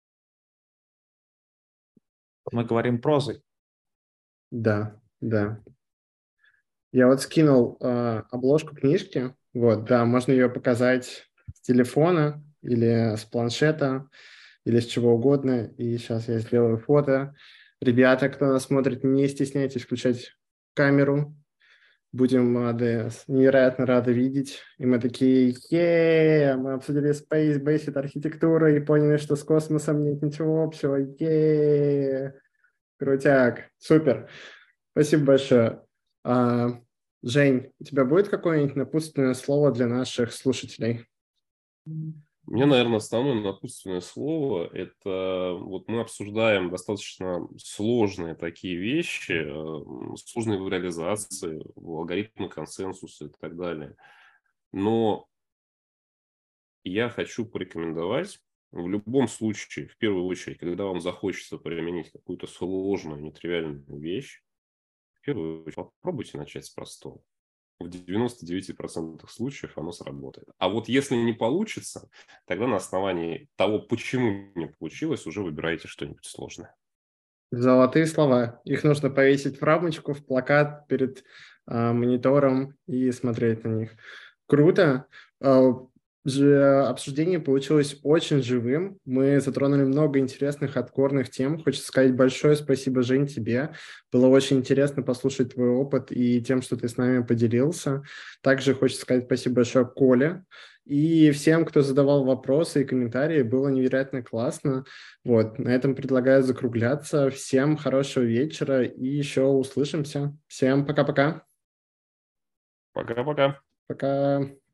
Мы говорим прозой. Да, да. Я вот скинул э, обложку книжки. Вот, да, можно ее показать с телефона или с планшета, или с чего угодно. И сейчас я сделаю фото. Ребята, кто нас смотрит, не стесняйтесь включать камеру. Будем рады, невероятно рады видеть. И мы такие, е мы обсудили space-based архитектуру и поняли, что с космосом нет ничего общего. е Крутяк, супер. Спасибо большое. А, Жень, у тебя будет какое-нибудь напутственное слово для наших слушателей? У меня, наверное, основное напутственное слово – это вот мы обсуждаем достаточно сложные такие вещи, э, сложные в реализации, алгоритмы консенсуса и так далее. Но я хочу порекомендовать в любом случае, в первую очередь, когда вам захочется применить какую-то сложную, нетривиальную вещь, в первую очередь попробуйте начать с простого. В девяноста девяти процентах случаев оно сработает. А вот если не получится, тогда на основании того, почему не получилось, уже выбираете что-нибудь сложное. Золотые слова. Их нужно повесить в рамочку, в плакат перед э, монитором и смотреть на них. Круто. Э, же, обсуждение получилось очень живым. Мы затронули много интересных, хардкорных тем. Хочется сказать большое спасибо, Жень, тебе. Было очень интересно послушать твой опыт и тем, что ты с нами поделился. Также хочется сказать спасибо большое Коле и всем, кто задавал вопросы и комментарии. Было невероятно классно. Вот, на этом предлагаю закругляться. Всем хорошего вечера и еще услышимся. Всем пока-пока. Пока-пока. Пока.